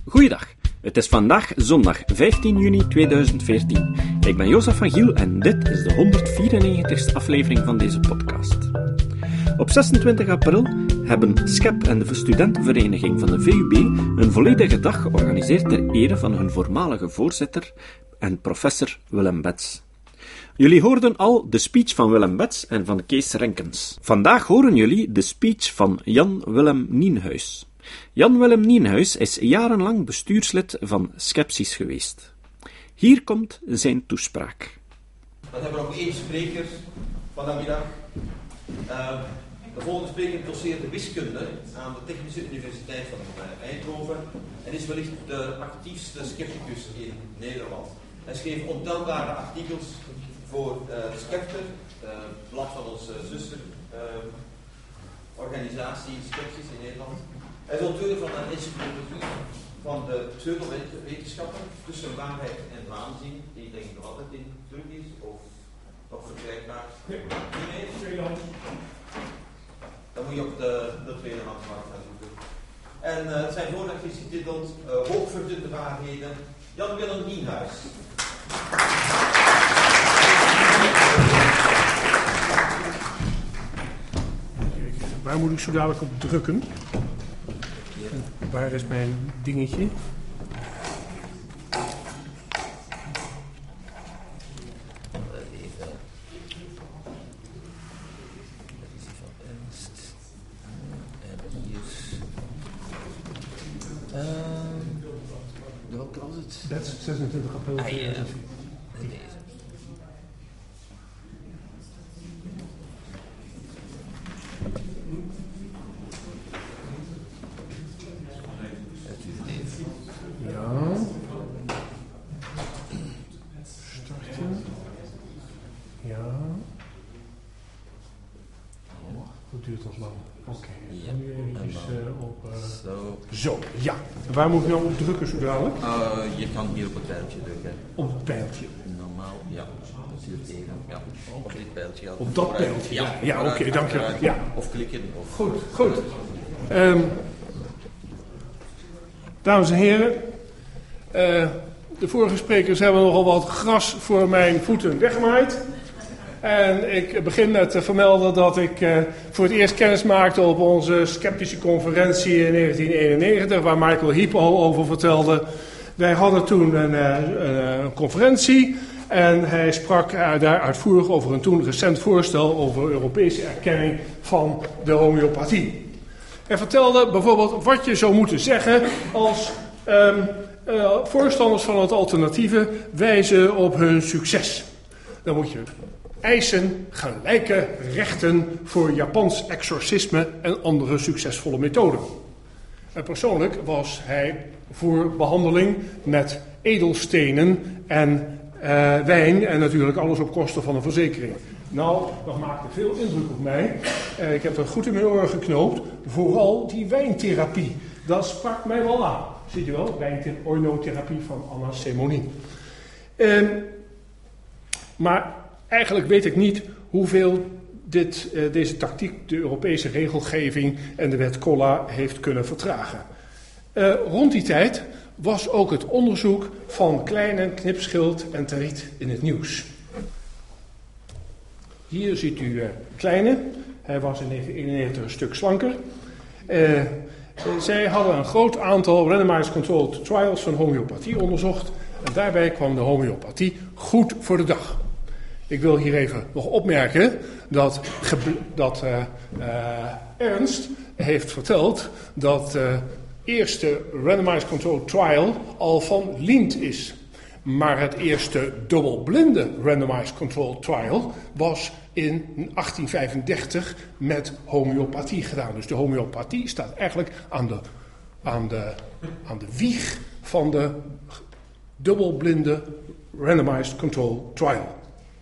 Goeiedag, het is vandaag zondag 15 juni 2014. Ik ben Jozef van Giel en dit is de 194ste aflevering van deze podcast. Op 26 april hebben SCEP en de studentenvereniging van de VUB een volledige dag georganiseerd ter ere van hun voormalige voorzitter en professor Willem Bets. Jullie hoorden al de speech van Willem Bets en van Kees Renkens. Vandaag horen jullie de speech van Jan Willem Nienhuis. Jan Willem Nienhuis is jarenlang bestuurslid van Skepsis geweest. Hier komt zijn toespraak. Dan hebben we nog één spreker vanmiddag. De volgende spreker doseert wiskunde aan de Technische Universiteit van Eindhoven en is wellicht de actiefste scepticus in Nederland. Hij schreef ontelbare artikels voor Skepter, het blad van onze zusterorganisatie Skepsis in Nederland. Hij is auteur van een encyclopedie van de pseudowetenschappen tussen waarheid en waanzin, die denk ik nog altijd in druk is, of nog verkrijgbaar. Nee, dan moet je op de tweedehandsmarkt gaan zoeken. En zijn voordracht is getiteld Hoogverdunde waarheden, Jan Willem Nienhuis. Waar moet ik zo dadelijk op drukken? Waar is mijn dingetje? Welke was het? Dat is 26 april. Zo, ja. Waar moet ik nou op drukken zo dadelijk? Je kan hier op het pijltje drukken. Op het pijltje? Normaal, ja. Dat zie je even. Ja. Op dit pijltje. Op dat pijltje? Ja, oké, dank je. Ja. Of klikken. Of... Goed. Dames en heren. De vorige sprekers hebben nogal wat gras voor mijn voeten weggemaaid. En ik begin met te vermelden dat ik voor het eerst kennis maakte op onze sceptische conferentie in 1991, waar Michael Heap al over vertelde. Wij hadden toen een conferentie en hij sprak daar uitvoerig over een toen recent voorstel over Europese erkenning van de homeopathie. Hij vertelde bijvoorbeeld wat je zou moeten zeggen als voorstanders van het alternatieve wijzen op hun succes. Dan moet je eisen gelijke rechten voor Japans exorcisme en andere succesvolle methoden. En persoonlijk was hij voor behandeling met edelstenen en wijn en natuurlijk alles op kosten van een verzekering. Nou, dat maakte veel indruk op mij. Ik heb er goed in mijn oren geknoopt. Vooral die wijntherapie. Dat sprak mij wel aan. Ziet je wel? Oinotherapie van Anna Simoni. Maar eigenlijk weet ik niet hoeveel deze tactiek de Europese regelgeving en de wet Kolla heeft kunnen vertragen. Rond die tijd was ook het onderzoek van Kleine, Knipschild en Terriet in het nieuws. Hier ziet u Kleine. Hij was in 1991 een stuk slanker. Zij hadden een groot aantal randomized controlled trials van homeopathie onderzocht. En daarbij kwam de homeopathie goed voor de dag. Ik wil hier even nog opmerken dat Ernst heeft verteld dat de eerste randomized controlled trial al van Lind is. Maar het eerste dubbelblinde randomized controlled trial was in 1835 met homeopathie gedaan. Dus de homeopathie staat eigenlijk aan de wieg van de dubbelblinde randomized controlled trial.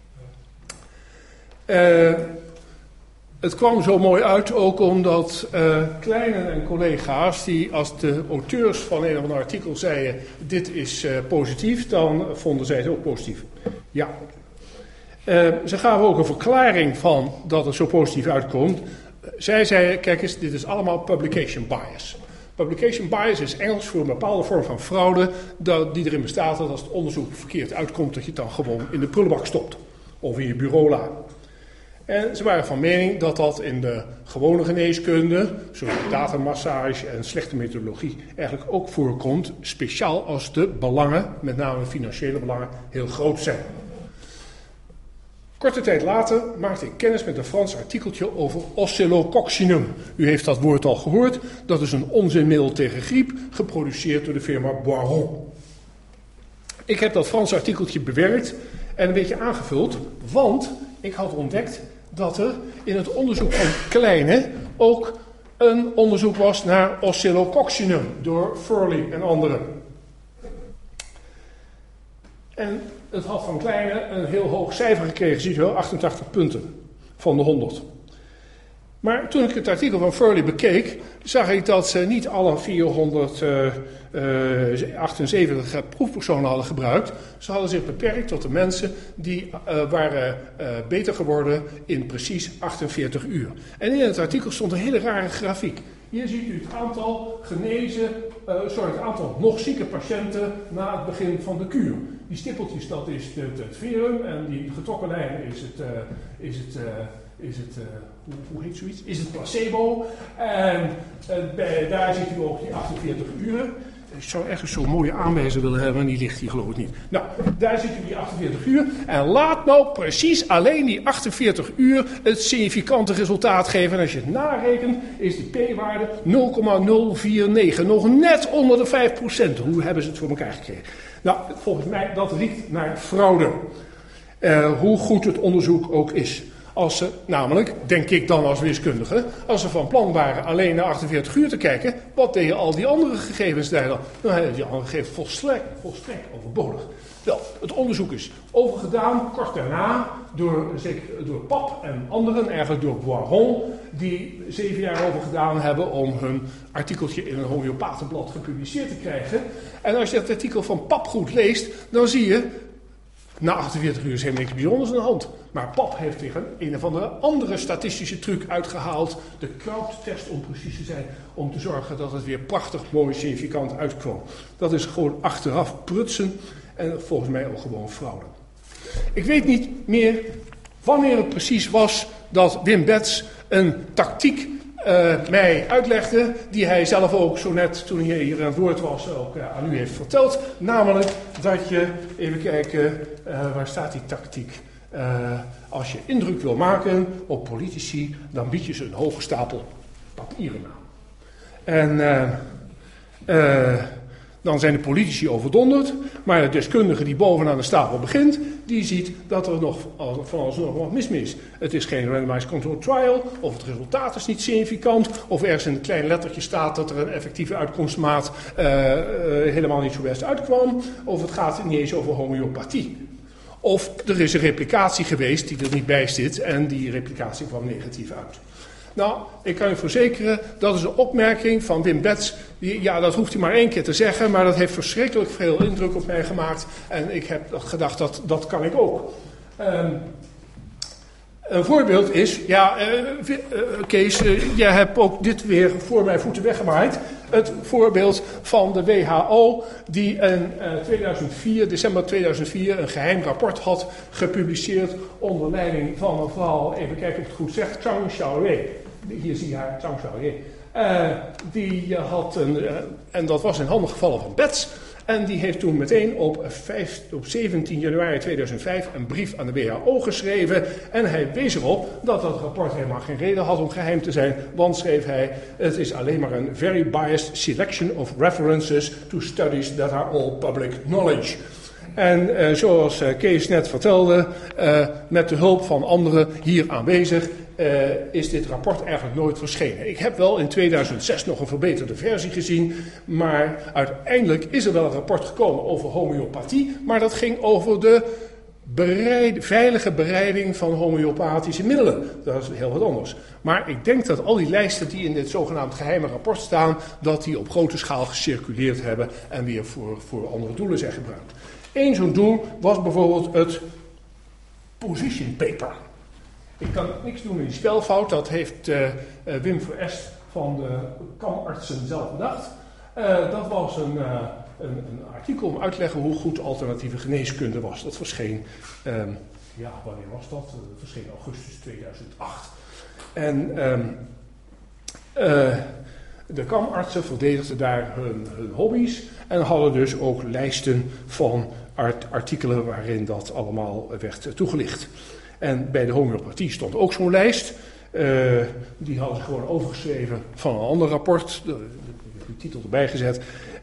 Het kwam zo mooi uit ook omdat Kleine en collega's die als de auteurs van een of ander artikel zeiden dit is positief, dan vonden zij het ook positief. Ja. Ze gaven ook een verklaring van dat het zo positief uitkomt. Zij zeiden, kijk eens, dit is allemaal publication bias. Publication bias is Engels voor een bepaalde vorm van fraude die erin bestaat dat als het onderzoek verkeerd uitkomt, dat je het dan gewoon in de prullenbak stopt. Of in je bureau. En ze waren van mening dat dat in de gewone geneeskunde, zoals datamassage en slechte methodologie, eigenlijk ook voorkomt. Speciaal als de belangen, met name financiële belangen, heel groot zijn. Korte tijd later maakte ik kennis met een Frans artikeltje over Oscillococcinum. U heeft dat woord al gehoord. Dat is een onzinmiddel tegen griep, geproduceerd door de firma Boiron. Ik heb dat Frans artikeltje bewerkt en een beetje aangevuld, want ik had ontdekt dat er in het onderzoek van Kleine ook een onderzoek was naar Oscillococcinum door Furley en anderen. En het had van Kleine een heel hoog cijfer gekregen, ziet u wel, 88 punten van de 100. Maar toen ik het artikel van Furley bekeek, zag ik dat ze niet alle 478 proefpersonen hadden gebruikt. Ze hadden zich beperkt tot de mensen die waren beter geworden in precies 48 uur. En in het artikel stond een hele rare grafiek. Hier ziet u het aantal het aantal nog zieke patiënten na het begin van de kuur. Die stippeltjes, dat is het verum en die getrokken lijn hoe heet zoiets? Is het placebo. En daar ziet u ook die 48 uren. Ik zou echt zo'n mooie aanwijzer willen hebben, maar die ligt hier geloof ik niet. Nou, daar ziet u die 48 uur. En laat nou precies alleen die 48 uur het significante resultaat geven. En als je het narekent, is de p-waarde 0,049. Nog net onder de 5%. Hoe hebben ze het voor elkaar gekregen? Nou, volgens mij, dat riekt naar fraude. Hoe goed het onderzoek ook is. Als ze namelijk, denk ik dan als wiskundige, als ze van plan waren alleen naar 48 uur te kijken, wat deden al die andere gegevens daar dan? Dan hebben die andere gegevens volstrekt overbodig. Wel, het onderzoek is overgedaan, kort daarna, door Pap en anderen, eigenlijk door Boiron, die 7 jaar over gedaan hebben om hun artikeltje in een homeopatenblad gepubliceerd te krijgen. En als je dat artikel van Pap goed leest, dan zie je, na 48 uur is helemaal niks bijzonders aan de hand. Maar Pap heeft tegen een of andere statistische truc uitgehaald. De Kraut-test om precies te zijn. Om te zorgen dat het weer prachtig mooi significant uitkwam. Dat is gewoon achteraf prutsen. En volgens mij ook gewoon fraude. Ik weet niet meer wanneer het precies was dat Wim Betts een tactiek mij uitlegde, die hij zelf ook zo net, toen hij hier aan het woord was, ook aan u heeft verteld. Namelijk dat je, even kijken, waar staat die tactiek? Als je indruk wil maken op politici, dan bied je ze een hoge stapel papieren aan. En dan zijn de politici overdonderd, maar de deskundige die bovenaan de stapel begint, die ziet dat er nog van alles nog wat mis is. Het is geen randomized controlled trial, of het resultaat is niet significant, of ergens in een klein lettertje staat dat er een effectieve uitkomstmaat helemaal niet zo best uitkwam, of het gaat niet eens over homeopathie. Of er is een replicatie geweest die er niet bij zit en die replicatie kwam negatief uit. Nou, ik kan u verzekeren, dat is een opmerking van Wim Betts. Ja, dat hoeft hij maar 1 keer te zeggen, maar dat heeft verschrikkelijk veel indruk op mij gemaakt. En ik heb gedacht, dat kan ik ook. Een voorbeeld is, Kees, jij hebt ook dit weer voor mijn voeten weggemaaid. Het voorbeeld van de WHO die in december 2004, een geheim rapport had gepubliceerd onder leiding van een vrouw, even kijken of ik het goed zeg, Zhang Xiaolei. Hier zie je haar, Zhang Xiaolei. Die had en dat was in handen gevallen van Betts. En die heeft toen meteen op 17 januari 2005 een brief aan de WHO geschreven. En hij wees erop dat dat rapport helemaal geen reden had om geheim te zijn. Want, schreef hij, het is alleen maar een very biased selection of references to studies that are all public knowledge. En zoals Kees net vertelde, met de hulp van anderen hier aanwezig, is dit rapport eigenlijk nooit verschenen. Ik heb wel in 2006 nog een verbeterde versie gezien, maar uiteindelijk is er wel een rapport gekomen over homeopathie, maar dat ging over de veilige bereiding van homeopathische middelen. Dat is heel wat anders. Maar ik denk dat al die lijsten die in dit zogenaamd geheime rapport staan, dat die op grote schaal gecirculeerd hebben en weer voor andere doelen zijn gebruikt. Eén zo'n doel was bijvoorbeeld het position paper. Ik kan niks doen in die spelfout, dat heeft Wim Verest van de kamartsen zelf bedacht. Dat was een artikel om uit te leggen hoe goed alternatieve geneeskunde was. Dat verscheen, wanneer was dat? Dat verscheen augustus 2008. En de kamartsen verdedigden daar hun hobby's en hadden dus ook lijsten van artikelen waarin dat allemaal werd toegelicht. En bij de homeopathie stond ook zo'n lijst. Die hadden ze gewoon overgeschreven van een ander rapport. De titel erbij gezet.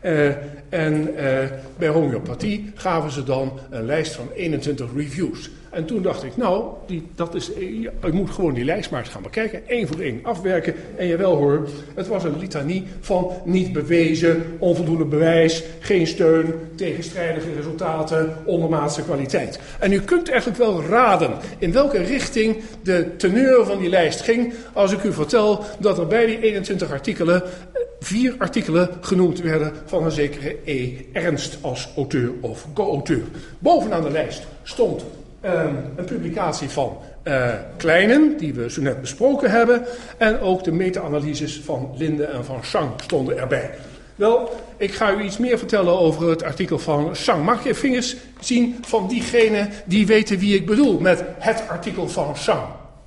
Bij homeopathie gaven ze dan een lijst van 21 reviews. En toen dacht ik, je moet gewoon die lijst maar eens gaan bekijken. 1 voor 1 afwerken. En jawel hoor, het was een litanie van niet bewezen, onvoldoende bewijs, geen steun, tegenstrijdige resultaten, ondermaatse kwaliteit. En u kunt eigenlijk wel raden in welke richting de teneur van die lijst ging, als ik u vertel dat er bij die 21 artikelen 4 artikelen genoemd werden van een zekere E. Ernst als auteur of co-auteur. Bovenaan de lijst stond een publicatie van Kleinen, die we zo net besproken hebben, en ook de meta-analyses van Linde en van Zhang stonden erbij. Wel, ik ga u iets meer vertellen over het artikel van Zhang. Mag je vingers zien van diegenen die weten wie ik bedoel met het artikel van Zhang?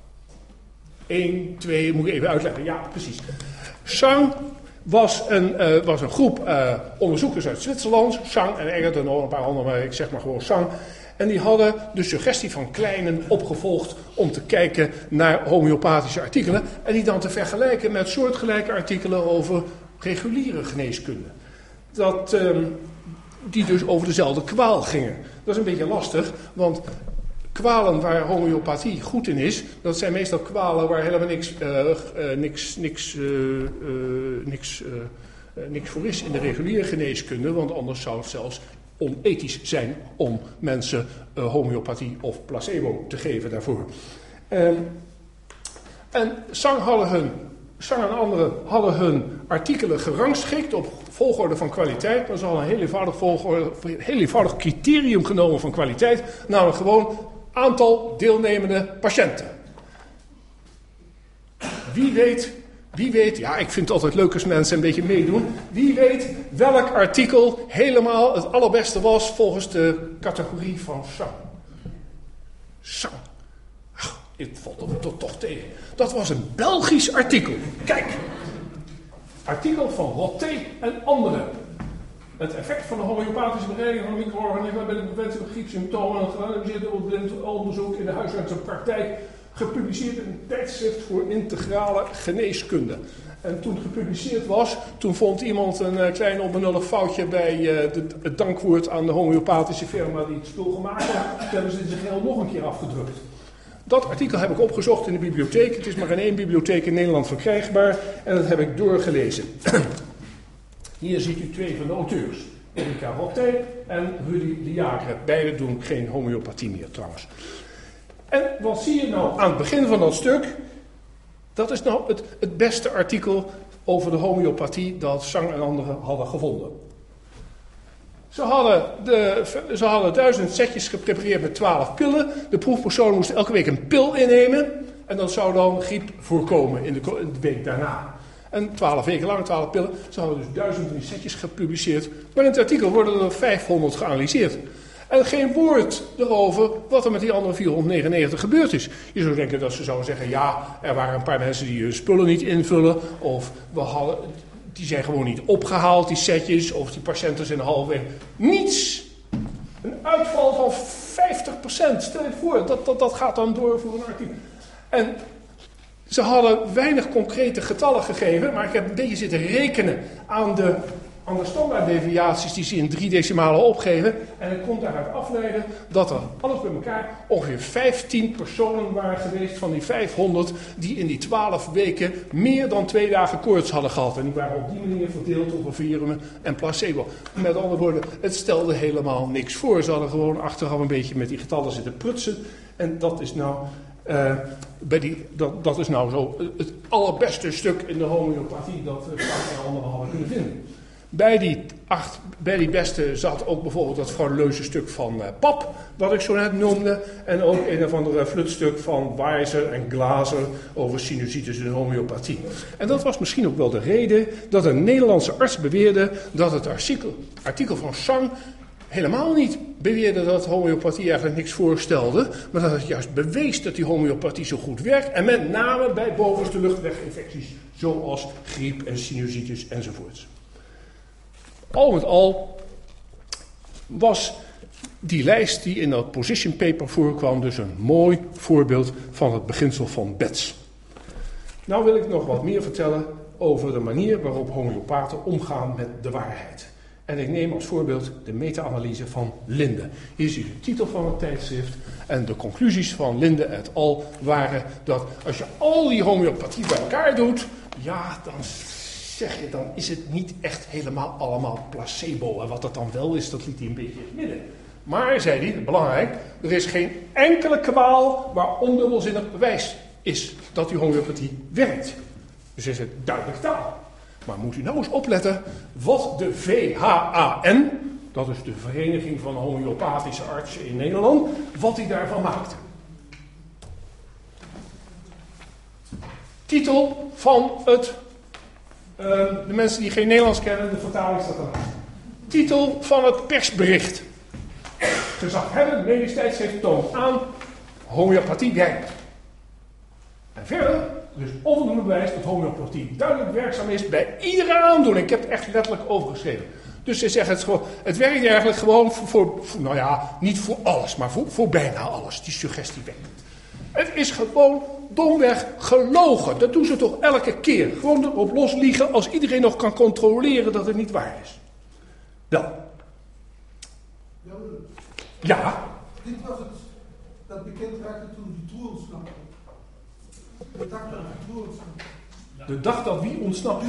1, 2, moet ik even uitleggen. Ja, precies. Zhang was een groep onderzoekers uit Zwitserland, Zhang en Engert en nog een paar anderen, maar ik zeg maar gewoon Zhang. En die hadden de suggestie van Kleinen opgevolgd om te kijken naar homeopathische artikelen en die dan te vergelijken met soortgelijke artikelen over reguliere geneeskunde. Die dus over dezelfde kwaal gingen. Dat is een beetje lastig, want kwalen waar homeopathie goed in is, dat zijn meestal kwalen waar helemaal niks voor is in de reguliere geneeskunde, want anders zou het zelfs onethisch zijn om mensen homeopathie of placebo te geven daarvoor. En Zhang en anderen hadden hun artikelen gerangschikt op volgorde van kwaliteit, maar ze hadden een heel eenvoudig criterium genomen van kwaliteit, namelijk gewoon aantal deelnemende patiënten. Wie weet, ja, ik vind het altijd leuk als mensen een beetje meedoen. Wie weet welk artikel helemaal het allerbeste was volgens de categorie van Zhang. Zhang. Het valt er toch tegen. Dat was een Belgisch artikel. Kijk. Artikel van Roté en anderen. Het effect van de homeopathische bereiding van micro-organismen bij de preventie van griepsymptomen en geanalyseerd op blind onderzoek in de huisartsenpraktijk, gepubliceerd in een tijdschrift voor integrale geneeskunde. En toen het gepubliceerd was, toen vond iemand een klein onbenullig foutje bij het dankwoord aan de homeopathische firma die het spul gemaakt had. Toen hebben ze het geheel nog een keer afgedrukt. Dat artikel heb ik opgezocht in de bibliotheek. Het is maar in 1 bibliotheek in Nederland verkrijgbaar en dat heb ik doorgelezen. Hier ziet u 2 van de auteurs. Erika Roté en Rudy de Jager. Beide doen geen homeopathie meer trouwens. En wat zie je nou aan het begin van dat stuk? Dat is nou het beste artikel over de homeopathie dat Zhang en anderen hadden gevonden. Ze hadden 1000 setjes geprepareerd met 12 pillen. De proefpersonen moesten elke week een pil innemen. En dat zou dan griep voorkomen in de week daarna. En 12 weken lang, 12 pillen. Ze hadden dus 1000 van die setjes gepubliceerd. Maar in het artikel worden er 500 geanalyseerd. En geen woord erover wat er met die andere 499 gebeurd is. Je zou denken dat ze zouden zeggen, ja, er waren een paar mensen die hun spullen niet invullen. Of die zijn gewoon niet opgehaald, die setjes. Of die patiënten zijn halfweg. Niets. Een uitval van 50%. Stel je voor, dat gaat dan door voor een artikel. En ze hadden weinig concrete getallen gegeven, maar ik heb een beetje zitten rekenen aan de standaarddeviaties die ze in 3 decimalen opgeven. En ik kon daaruit afleiden dat er alles bij elkaar ongeveer 15 personen waren geweest van die 500 die in die 12 weken meer dan 2 dagen koorts hadden gehad. En die waren op die manier verdeeld over virumen en placebo. Met andere woorden, het stelde helemaal niks voor. Ze hadden gewoon achteraf een beetje met die getallen zitten prutsen. En dat is nou dat is nou zo het allerbeste stuk in de homeopathie dat we en anderen hadden kunnen vinden. Bij die bij die beste zat ook bijvoorbeeld dat frauduleuze stuk van Pap, wat ik zo net noemde. En ook een of andere flutstuk van Weiser en Glaser over sinusitis en homeopathie. En dat was misschien ook wel de reden dat een Nederlandse arts beweerde dat het artikel van Sang helemaal niet beweerde dat homeopathie eigenlijk niks voorstelde, maar dat het juist bewees dat die homeopathie zo goed werkt. En met name bij bovenste luchtweginfecties, zoals griep en sinusitis enzovoorts. Al met al was die lijst die in dat position paper voorkwam dus een mooi voorbeeld van het beginsel van Betz. Nou wil ik nog wat meer vertellen over de manier waarop homeopaten omgaan met de waarheid. En ik neem als voorbeeld de meta-analyse van Linde. Hier zie je de titel van het tijdschrift. En de conclusies van Linde et al. waren dat als je al die homeopathie bij elkaar doet, ja, dan is het niet echt helemaal allemaal placebo. En wat dat dan wel is, dat liet hij een beetje in het midden. Maar, zei hij, belangrijk, er is geen enkele kwaal waar ondubbelzinnig bewijs is dat die homeopathie werkt. Dus is het duidelijk taal. Maar moet u nou eens opletten wat de VHAN, dat is de Vereniging van Homeopathische Artsen in Nederland, wat die daarvan maakte. Titel van de mensen die geen Nederlands kennen, de vertaling staat ernaast. Titel van het persbericht. Gezaghebbend medisch tijdschrift toont aan, homeopathie werkt. En verder, dus onvoldoende bewijs dat homeopathie duidelijk werkzaam is bij iedere aandoening. Ik heb het echt letterlijk overgeschreven. Dus ze zeggen het werkt eigenlijk gewoon voor nou ja, niet voor alles, maar voor bijna alles, die suggestie werkt. Het is gewoon domweg gelogen. Dat doen ze toch elke keer. Gewoon erop losliegen als iedereen nog kan controleren dat het niet waar is. Wel. Ja. Dit was het dat bekend raakte toen die troe ontsnapte. De dag dat die troe ontsnapte. De dag dat wie ontsnapte?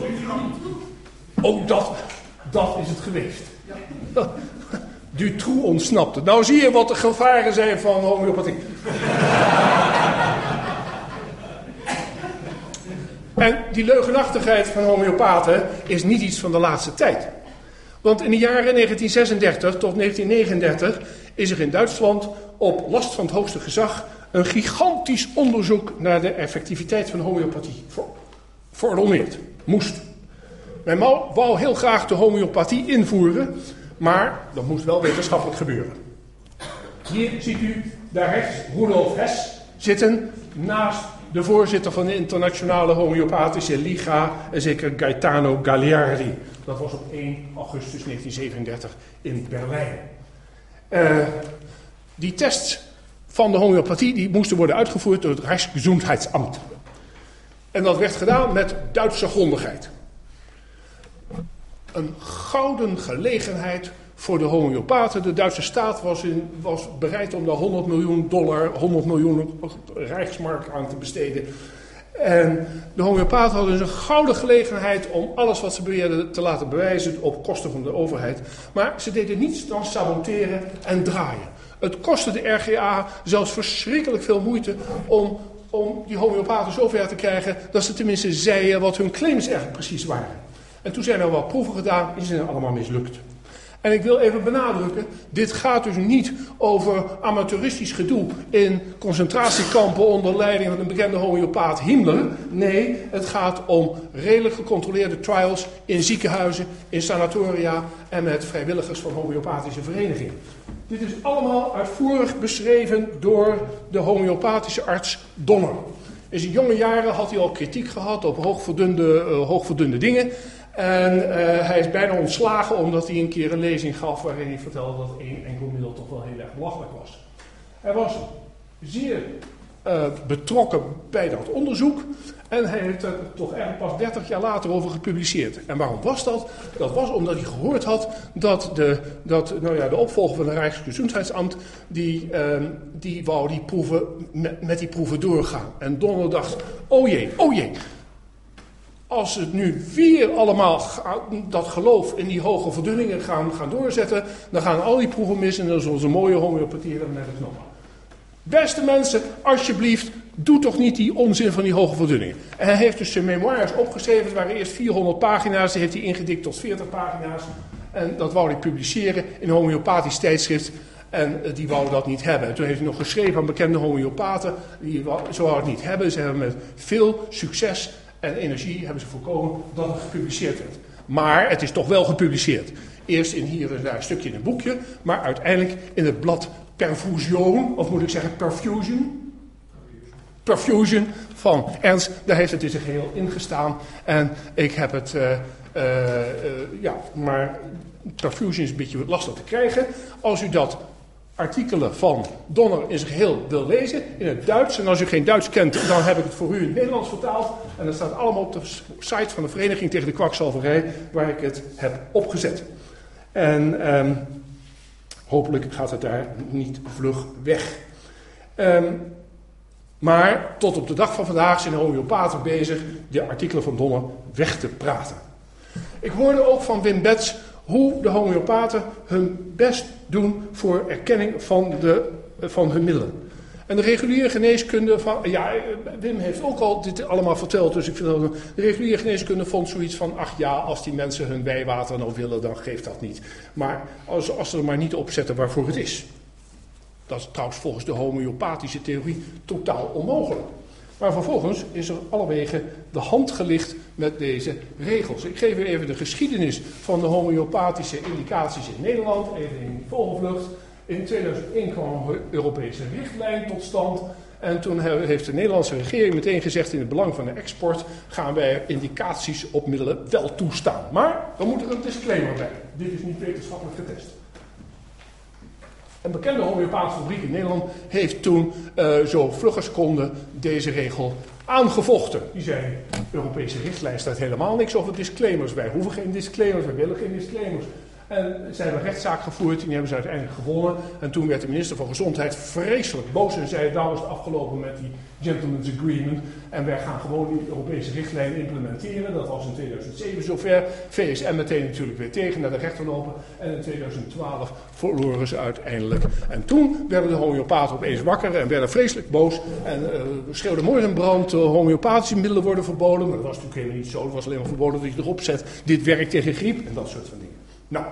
Oh, dat is het geweest. Ja. Dutroux ontsnapte. Nou zie je wat de gevaren zijn van homeopathie. En die leugenachtigheid van homeopaten is niet iets van de laatste tijd. Want in de jaren 1936 tot 1939 is er in Duitsland op last van het hoogste gezag een gigantisch onderzoek naar de effectiviteit van homeopathie verordonneerd. Moest. Men wou heel graag de homeopathie invoeren, maar dat moest wel wetenschappelijk gebeuren. Hier ziet u daar rechts Rudolf Hess zitten naast de voorzitter van de Internationale Homeopathische Liga, en zeker Gaetano Gagliardi. Dat was op 1 augustus 1937 in Berlijn. Die tests van de homeopathie die moesten worden uitgevoerd door het Rijksgezondheidsamt. En dat werd gedaan met Duitse grondigheid. Een gouden gelegenheid voor de homeopaten. De Duitse staat was bereid om daar $100 miljoen, 100 miljoen Rijksmark aan te besteden. En de homeopaten hadden dus een gouden gelegenheid om alles wat ze beweerden te laten bewijzen op kosten van de overheid. Maar ze deden niets dan saboteren en draaien. Het kostte de RGA zelfs verschrikkelijk veel moeite om die homeopaten zover te krijgen dat ze tenminste zeiden wat hun claims eigenlijk precies waren. En toen zijn er wat proeven gedaan en die zijn allemaal mislukt. En ik wil even benadrukken, dit gaat dus niet over amateuristisch gedoe in concentratiekampen onder leiding van een bekende homeopaat Himmler. Nee, het gaat om redelijk gecontroleerde trials in ziekenhuizen, in sanatoria en met vrijwilligers van homeopathische verenigingen. Dit is allemaal uitvoerig beschreven door de homeopathische arts Donner. In zijn jonge jaren had hij al kritiek gehad op hoogverdunde dingen. En hij is bijna ontslagen omdat hij een keer een lezing gaf waarin hij vertelde dat één enkel middel toch wel heel erg belachelijk was. Hij was zeer betrokken bij dat onderzoek en hij heeft er toch eigenlijk pas 30 jaar later over gepubliceerd. En waarom was dat? Dat was omdat hij gehoord had dat de opvolger van het Rijksgezondheidsamt die wou die proeven met die proeven doorgaan. En Donner dacht, oh jee. Als het nu weer allemaal dat geloof in die hoge verdunningen gaan doorzetten, dan gaan al die proeven mis en dan is onze mooie homeopathie er net het nog. Beste mensen, alsjeblieft, doe toch niet die onzin van die hoge verdunning. En hij heeft dus zijn memoires opgeschreven. Het waren eerst 400 pagina's, die heeft hij ingedikt tot 40 pagina's. En dat wou hij publiceren in een homeopathisch tijdschrift. En die wouden dat niet hebben. En toen heeft hij nog geschreven aan bekende homeopaten. Ze wouden het niet hebben. Ze hebben met veel succes en energie hebben ze voorkomen dat het gepubliceerd werd. Maar het is toch wel gepubliceerd. Eerst hier en daar een stukje in een boekje. Maar uiteindelijk in het blad Perfusion. Of moet ik zeggen Perfusion? Perfusion van Ernst. Daar heeft het in zijn geheel ingestaan. En ik heb het... maar Perfusion is een beetje lastig te krijgen. Als u dat artikelen van Donner in zijn geheel wil lezen, in het Duits. En als u geen Duits kent, dan heb ik het voor u in het Nederlands vertaald. En dat staat allemaal op de site van de Vereniging tegen de Kwakzalverij, waar ik het heb opgezet. En hopelijk gaat het daar niet vlug weg. Maar tot op de dag van vandaag zijn de homeopaten bezig de artikelen van Donner weg te praten. Ik hoorde ook van Wim Betts hoe de homeopaten hun best doen voor erkenning van hun middelen. En de reguliere geneeskunde Wim heeft ook al dit allemaal verteld, dus ik vind dat de reguliere geneeskunde vond zoiets van, ach ja, als die mensen hun wijwater nou willen, dan geeft dat niet. Maar als ze er maar niet op zetten waarvoor het is. Dat is trouwens volgens de homeopathische theorie totaal onmogelijk. Maar vervolgens is er allerwege de hand gelicht met deze regels. Ik geef u even de geschiedenis van de homeopathische indicaties in Nederland, even in vogelvlucht. In 2001 kwam een Europese richtlijn tot stand. En toen heeft de Nederlandse regering meteen gezegd, in het belang van de export gaan wij indicaties op middelen wel toestaan. Maar dan moet er een disclaimer bij. Dit is niet wetenschappelijk getest. Een bekende homeopathische fabriek in Nederland heeft toen zo vlug als konden deze regel aangevochten. Die zei, de Europese richtlijn staat helemaal niks over disclaimers. Wij hoeven geen disclaimers, wij willen geen disclaimers. En ze hebben een rechtszaak gevoerd, die hebben ze uiteindelijk gewonnen. En toen werd de minister van Gezondheid vreselijk boos en zei, nou is het afgelopen met die gentleman's agreement. En wij gaan gewoon die Europese richtlijn implementeren. Dat was in 2007 zover. VSM meteen natuurlijk weer tegen, naar de rechter lopen. En in 2012 verloren ze uiteindelijk. En toen werden de homeopaten opeens wakker en werden vreselijk boos. En schreeuwden mooi in brand, homeopathische middelen worden verboden. Maar dat was natuurlijk helemaal niet zo. Het was alleen maar verboden dat je erop zet, dit werkt tegen griep en dat soort van dingen. Nou,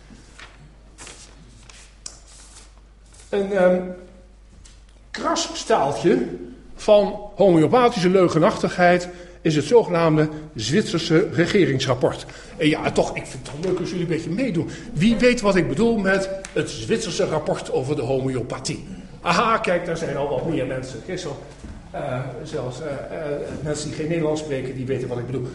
een kras staaltje van homeopathische leugenachtigheid is het zogenaamde Zwitserse regeringsrapport. En ja, toch, ik vind het toch leuk als jullie een beetje meedoen. Wie weet wat ik bedoel met het Zwitserse rapport over de homeopathie? Aha, kijk, daar zijn al wat meer mensen. Zelfs mensen die geen Nederlands spreken, die weten wat ik bedoel.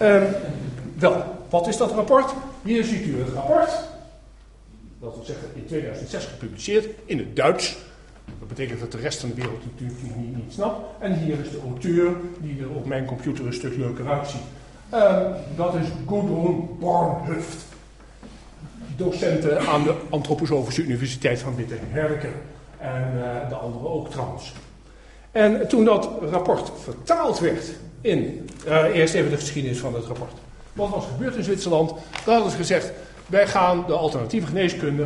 Wel, wat is dat rapport? Hier ziet u het rapport. Dat wil zeggen in 2006 gepubliceerd in het Duits. Dat betekent dat de rest van de wereld natuurlijk niet snapt. En hier is de auteur, die er op mijn computer een stuk leuker uitziet. Dat is Gudrun Bornhöft. Docenten aan de Antroposofische Universiteit van Wittenbergen. En de anderen ook trouwens. En toen dat rapport vertaald werd in... eerst even de geschiedenis van het rapport. Wat was gebeurd in Zwitserland? Daar hadden ze gezegd, wij gaan de alternatieve geneeskunde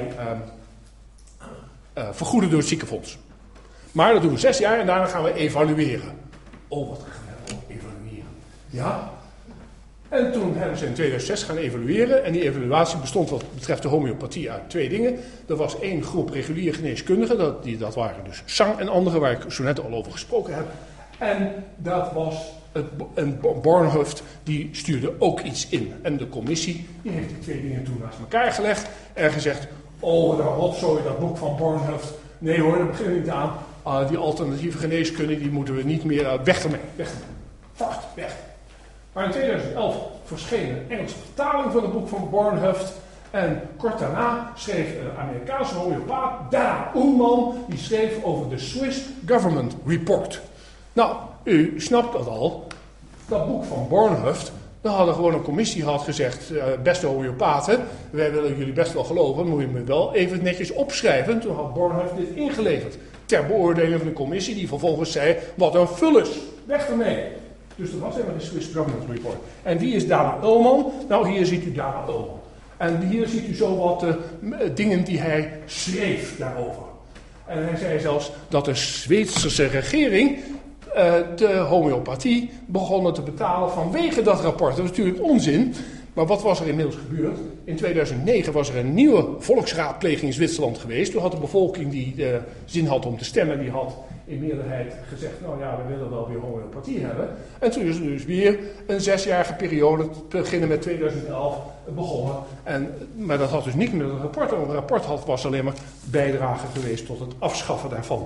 vergoeden door het ziekenfonds. Maar dat doen we 6 jaar en daarna gaan we evalueren. Oh, wat gaan we evalueren? Ja. En toen hebben ze in 2006 gaan evalueren. En die evaluatie bestond wat betreft de homeopathie uit 2 dingen. Er was 1 groep reguliere geneeskundigen. Dat waren dus Sang en anderen, waar ik zo net al over gesproken heb. En dat was... En Bornhöft die stuurde ook iets in. En de commissie die heeft die 2 dingen toen naast elkaar gelegd. En gezegd, oh dat rotzooi, dat boek van Bornhöft. Nee hoor, daar beginnen we niet aan. Die alternatieve geneeskunde, die moeten we niet meer... weg ermee. Voort, weg. Maar in 2011 verscheen een Engelse vertaling van het boek van Bornhöft. En kort daarna schreef een Amerikaanse homeopaat, Dana Ullman, die schreef over de Swiss Government Report. Nou, u snapt dat al. Dat boek van Bornhöft, daar hadden gewoon een commissie had gezegd, beste homeopaten, wij willen jullie best wel geloven, moet je me wel even netjes opschrijven. Toen had Bornhöft dit ingeleverd. Ter beoordeling van de commissie, die vervolgens zei, wat een vullis, weg ermee. Dus dat was helemaal de Swiss Government Report. En wie is Dana Ullman? Nou, hier ziet u Dana Ullman. En hier ziet u zo wat dingen die hij schreef daarover. En hij zei zelfs dat de Zweedse regering de homeopathie begonnen te betalen vanwege dat rapport. Dat is natuurlijk onzin. Maar wat was er inmiddels gebeurd? In 2009 was er een nieuwe volksraadpleging in Zwitserland geweest. Toen had de bevolking die zin had om te stemmen, die had in meerderheid gezegd, nou ja, we willen wel weer homeopathie hebben. En toen is er dus weer een 6-jarige periode, te beginnen met 2011, begonnen. Maar dat had dus niet met het rapport. Het rapport was alleen maar bijdrage geweest tot het afschaffen daarvan.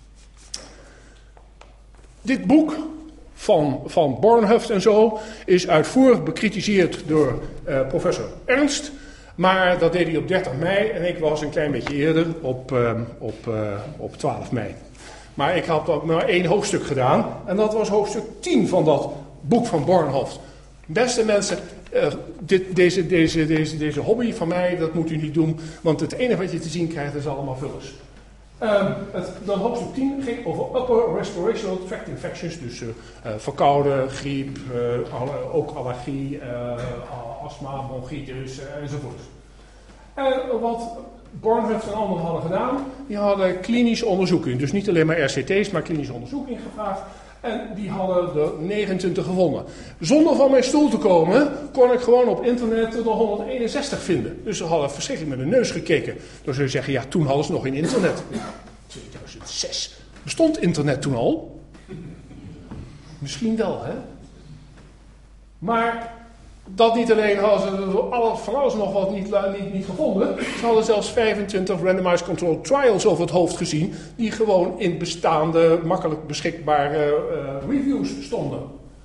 Dit boek van Bornhoft en zo is uitvoerig bekritiseerd door professor Ernst. Maar dat deed hij op 30 mei en ik was een klein beetje eerder op 12 mei. Maar ik had ook maar 1 hoofdstuk gedaan en dat was hoofdstuk 10 van dat boek van Bornhoft. Beste mensen, deze hobby van mij, dat moet u niet doen, want het enige wat je te zien krijgt is allemaal vullers. Dan hoofdstuk 10 ging over upper respiratory tract infections, dus verkouden, griep, ook allergie, astma, bronchitis enzovoort. En wat Bornhoft en anderen hadden gedaan, die hadden klinische onderzoeken, dus niet alleen maar RCT's, maar klinische onderzoeken ingevraagd. En die hadden er 29 gevonden. Zonder van mijn stoel te komen, kon ik gewoon op internet de 161 vinden. Dus ze hadden verschrikkelijk met de neus gekeken. Dan zou je zeggen, ja, toen hadden ze nog geen internet. 2006. Bestond internet toen al? Misschien wel, hè? Maar dat niet alleen hadden ze van alles nog wat niet gevonden. Ze hadden zelfs 25 randomized controlled trials over het hoofd gezien, die gewoon in bestaande, makkelijk beschikbare reviews stonden.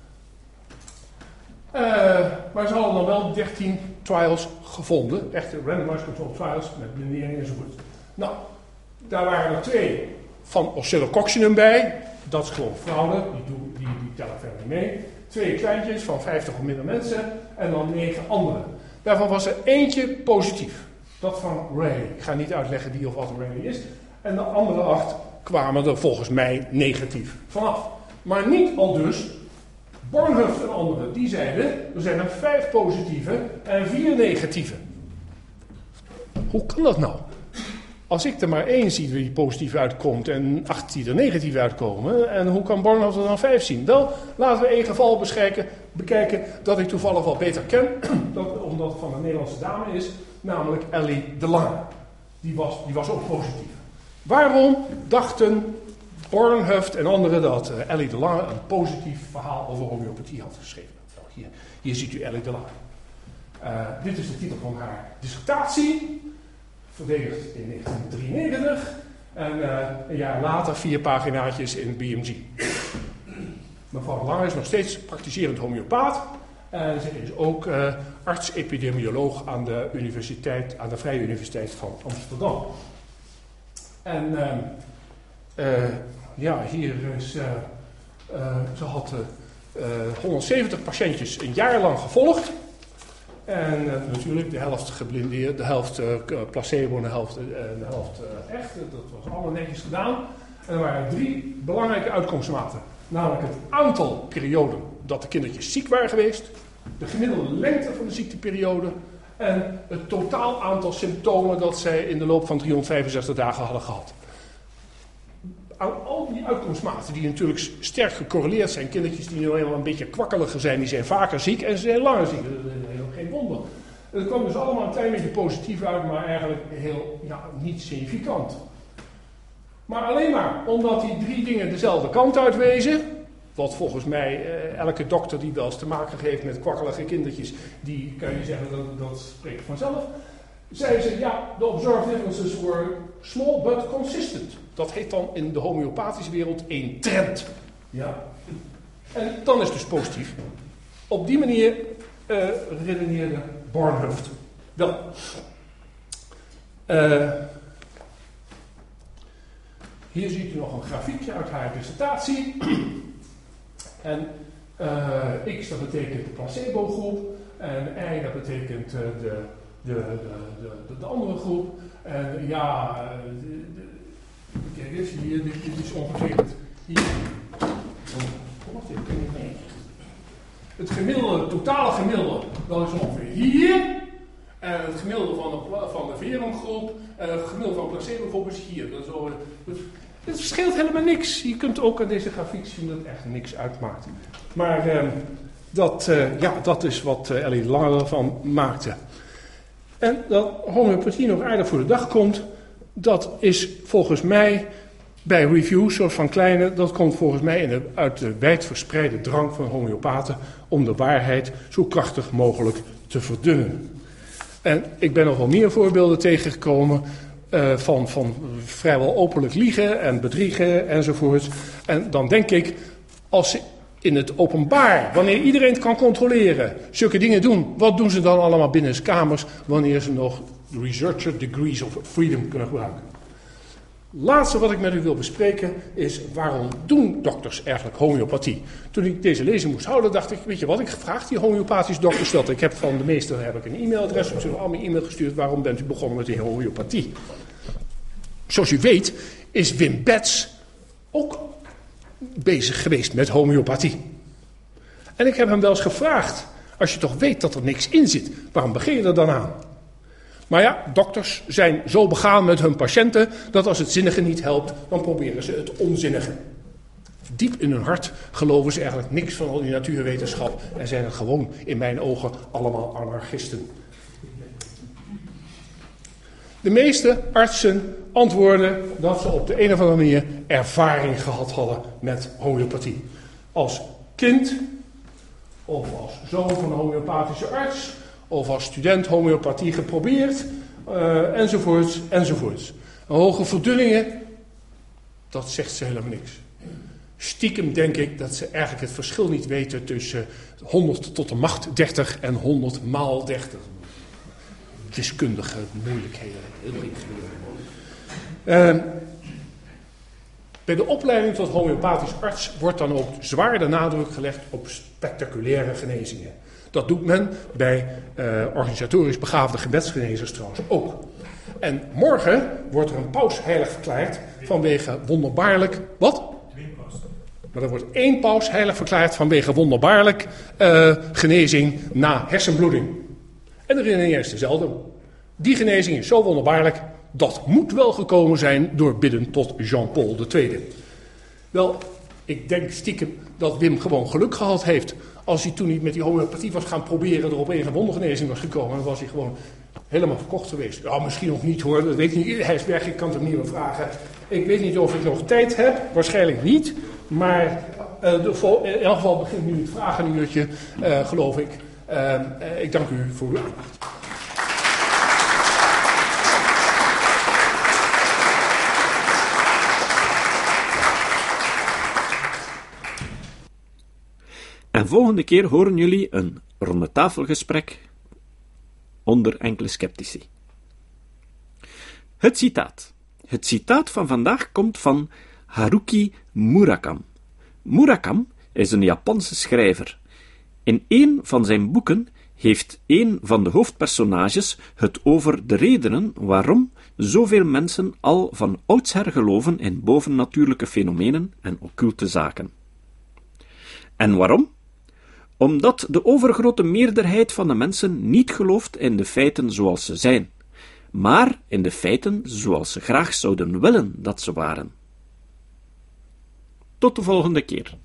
Maar ze hadden dan wel 13 trials gevonden, echte randomized controlled trials met blindering enzovoort. Nou, daar waren er 2 van oscillococcinum bij. Dat is gewoon fraude, die tellen verder niet mee. 2 kleintjes van 50 of minder mensen en dan 9 andere. Daarvan was er eentje positief. Dat van Rayleigh. Ik ga niet uitleggen wie of wat Rayleigh is. En de andere 8 kwamen er volgens mij negatief vanaf. Maar niet al dus. Bornhoft en anderen, die zeiden, er zijn er 5 positieve en 4 negatieve. Hoe kan dat nou? Als ik er maar 1 zie die positief uitkomt en 8 die er negatief uitkomen, en hoe kan Bornhoft er dan 5 zien? Wel, laten we 1 geval bekijken dat ik toevallig wel beter ken, omdat het van een Nederlandse dame is, namelijk Ellie de Lange. Die was ook positief. Waarom dachten Bornhoft en anderen dat Ellie de Lange een positief verhaal over homeopathie had geschreven? Nou, hier ziet u Ellie de Lange. Dit is de titel van haar dissertatie. Verdedigd in 1993 en een jaar later 4 paginaatjes in BMG. Mevrouw de Lange is nog steeds praktiserend homeopaat en ze is ook arts-epidemioloog aan de Vrije Universiteit van Amsterdam. En hier is, ze had 170 patiëntjes een jaar lang gevolgd. En natuurlijk de helft geblindeerd, de helft placebo en de helft echt. Dat was allemaal netjes gedaan. En er waren 3 belangrijke uitkomstmaten. Namelijk het aantal perioden dat de kindertjes ziek waren geweest. De gemiddelde lengte van de ziekteperiode. En het totaal aantal symptomen dat zij in de loop van 365 dagen hadden gehad. Aan al die uitkomstmaten die natuurlijk sterk gecorreleerd zijn. Kindertjes die nu helemaal een beetje kwakkeliger zijn, die zijn vaker ziek en ze zijn langer ziek. Dat is helemaal geen wonder. Het kwam dus allemaal een klein beetje positief uit, maar eigenlijk niet significant. Maar alleen maar omdat die 3 dingen dezelfde kant uitwezen, wat volgens mij elke dokter die wel eens te maken heeft met kwakkelige kindertjes, die kan je zeggen dat spreekt vanzelf. Zeiden ze, ja, the observed differences were small but consistent. Dat heet dan in de homeopathische wereld een trend. Ja. En dan is het dus positief. Op die manier redeneerde Bornhoft. Wel. Hier ziet u nog een grafiekje uit haar dissertatie. En X dat betekent de placebo-groep. En Y dat betekent de andere groep. En ja, kijk eens, hier, dit is ongeveer het. Hier. Wacht even, kan ik mee. Het gemiddelde, het totale gemiddelde, dat is ongeveer hier. En het gemiddelde van de Verumgroep en het gemiddelde van de placebo-groep is hier. Het verschilt helemaal niks. Je kunt ook aan deze grafiek zien dat het echt niks uitmaakt. Maar dat is wat Ellie Lange ervan maakte. En dat homeopathie nog aardig voor de dag komt, dat is volgens mij bij reviews, soort van kleine, dat komt volgens mij uit de wijdverspreide drang van homeopaten om de waarheid zo krachtig mogelijk te verdunnen. En ik ben nog wel meer voorbeelden tegengekomen van vrijwel openlijk liegen en bedriegen enzovoort. En dan denk ik, als ze in het openbaar, wanneer iedereen het kan controleren, zulke dingen doen, wat doen ze dan allemaal binnen kamers wanneer ze nog researcher degrees of freedom kunnen gebruiken? Laatste wat ik met u wil bespreken is, waarom doen dokters eigenlijk homeopathie? Toen ik deze lezing moest houden, dacht ik, weet je wat, ik gevraagd die homeopathische dokters dat. Ik heb van de meesten een e-mailadres, ik heb allemaal e-mail gestuurd, waarom bent u begonnen met die homeopathie? Zoals u weet is Wim Betts ook bezig geweest met homeopathie. En ik heb hem wel eens gevraagd, als je toch weet dat er niks in zit, waarom begin je er dan aan? Maar ja, dokters zijn zo begaan met hun patiënten, dat als het zinnige niet helpt, dan proberen ze het onzinnige. Diep in hun hart geloven ze eigenlijk niks van al die natuurwetenschap en zijn het gewoon, in mijn ogen, allemaal anarchisten. De meeste artsen antwoorden dat ze op de een of andere manier ervaring gehad hadden met homeopathie. Als kind, of als zoon van een homeopathische arts, of als student homeopathie geprobeerd, enzovoorts, enzovoorts. Hoge verdunningen, dat zegt ze helemaal niks. Stiekem denk ik dat ze eigenlijk het verschil niet weten tussen 100 tot de macht 30 en 100 maal 30. Wiskundige moeilijkheden, heel ingewikkeld. Bij de opleiding tot homeopathisch arts wordt dan ook zwaar de nadruk gelegd op spectaculaire genezingen. Dat doet men bij organisatorisch begaafde gebedsgenezers trouwens ook. En morgen wordt er een paus heilig verklaard vanwege wonderbaarlijk... Wat? Maar er wordt 1 paus heilig verklaard vanwege wonderbaarlijk genezing na hersenbloeding. En de redenering is dezelfde. Die genezing is zo wonderbaarlijk, dat moet wel gekomen zijn door bidden tot Jean-Paul II. Wel, ik denk stiekem dat Wim gewoon geluk gehad heeft. Als hij toen niet met die homeopathie was gaan proberen, er op een wondergenezing was gekomen, dan was hij gewoon helemaal verkocht geweest. Ja, misschien nog niet hoor, dat weet ik niet. Hijsberg, ik kan het hem niet meer vragen. Ik weet niet of ik nog tijd heb, waarschijnlijk niet. Maar in elk geval begint nu het vragenuurtje, geloof ik. Ik dank u voor uw aandacht. En volgende keer horen jullie een rondetafelgesprek onder enkele sceptici. Het citaat. Het citaat van vandaag komt van Haruki Murakami. Murakami is een Japanse schrijver. In een van zijn boeken heeft een van de hoofdpersonages het over de redenen waarom zoveel mensen al van oudsher geloven in bovennatuurlijke fenomenen en occulte zaken. En waarom? Omdat de overgrote meerderheid van de mensen niet gelooft in de feiten zoals ze zijn, maar in de feiten zoals ze graag zouden willen dat ze waren. Tot de volgende keer.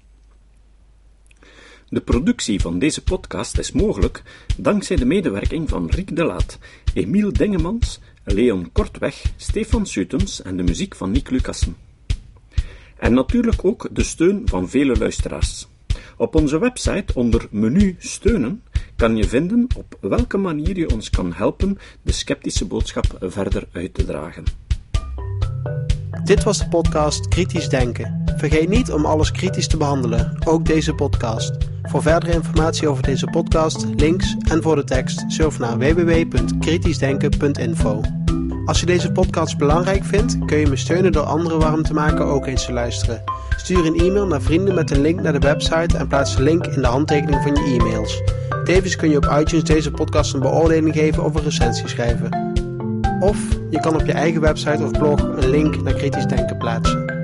De productie van deze podcast is mogelijk dankzij de medewerking van Riek de Laat, Emiel Dingemans, Leon Kortweg, Stefan Sutens en de muziek van Nick Lucassen. En natuurlijk ook de steun van vele luisteraars. Op onze website onder menu steunen kan je vinden op welke manier je ons kan helpen de sceptische boodschap verder uit te dragen. Dit was de podcast Kritisch Denken. Vergeet niet om alles kritisch te behandelen, ook deze podcast. Voor verdere informatie over deze podcast, links en voor de tekst, surf naar www.kritischdenken.info. Als je deze podcast belangrijk vindt, kun je me steunen door anderen warm te maken ook eens te luisteren. Stuur een e-mail naar vrienden met een link naar de website en plaats de link in de handtekening van je e-mails. Tevens kun je op iTunes deze podcast een beoordeling geven of een recensie schrijven. Of je kan op je eigen website of blog een link naar Kritisch Denken plaatsen.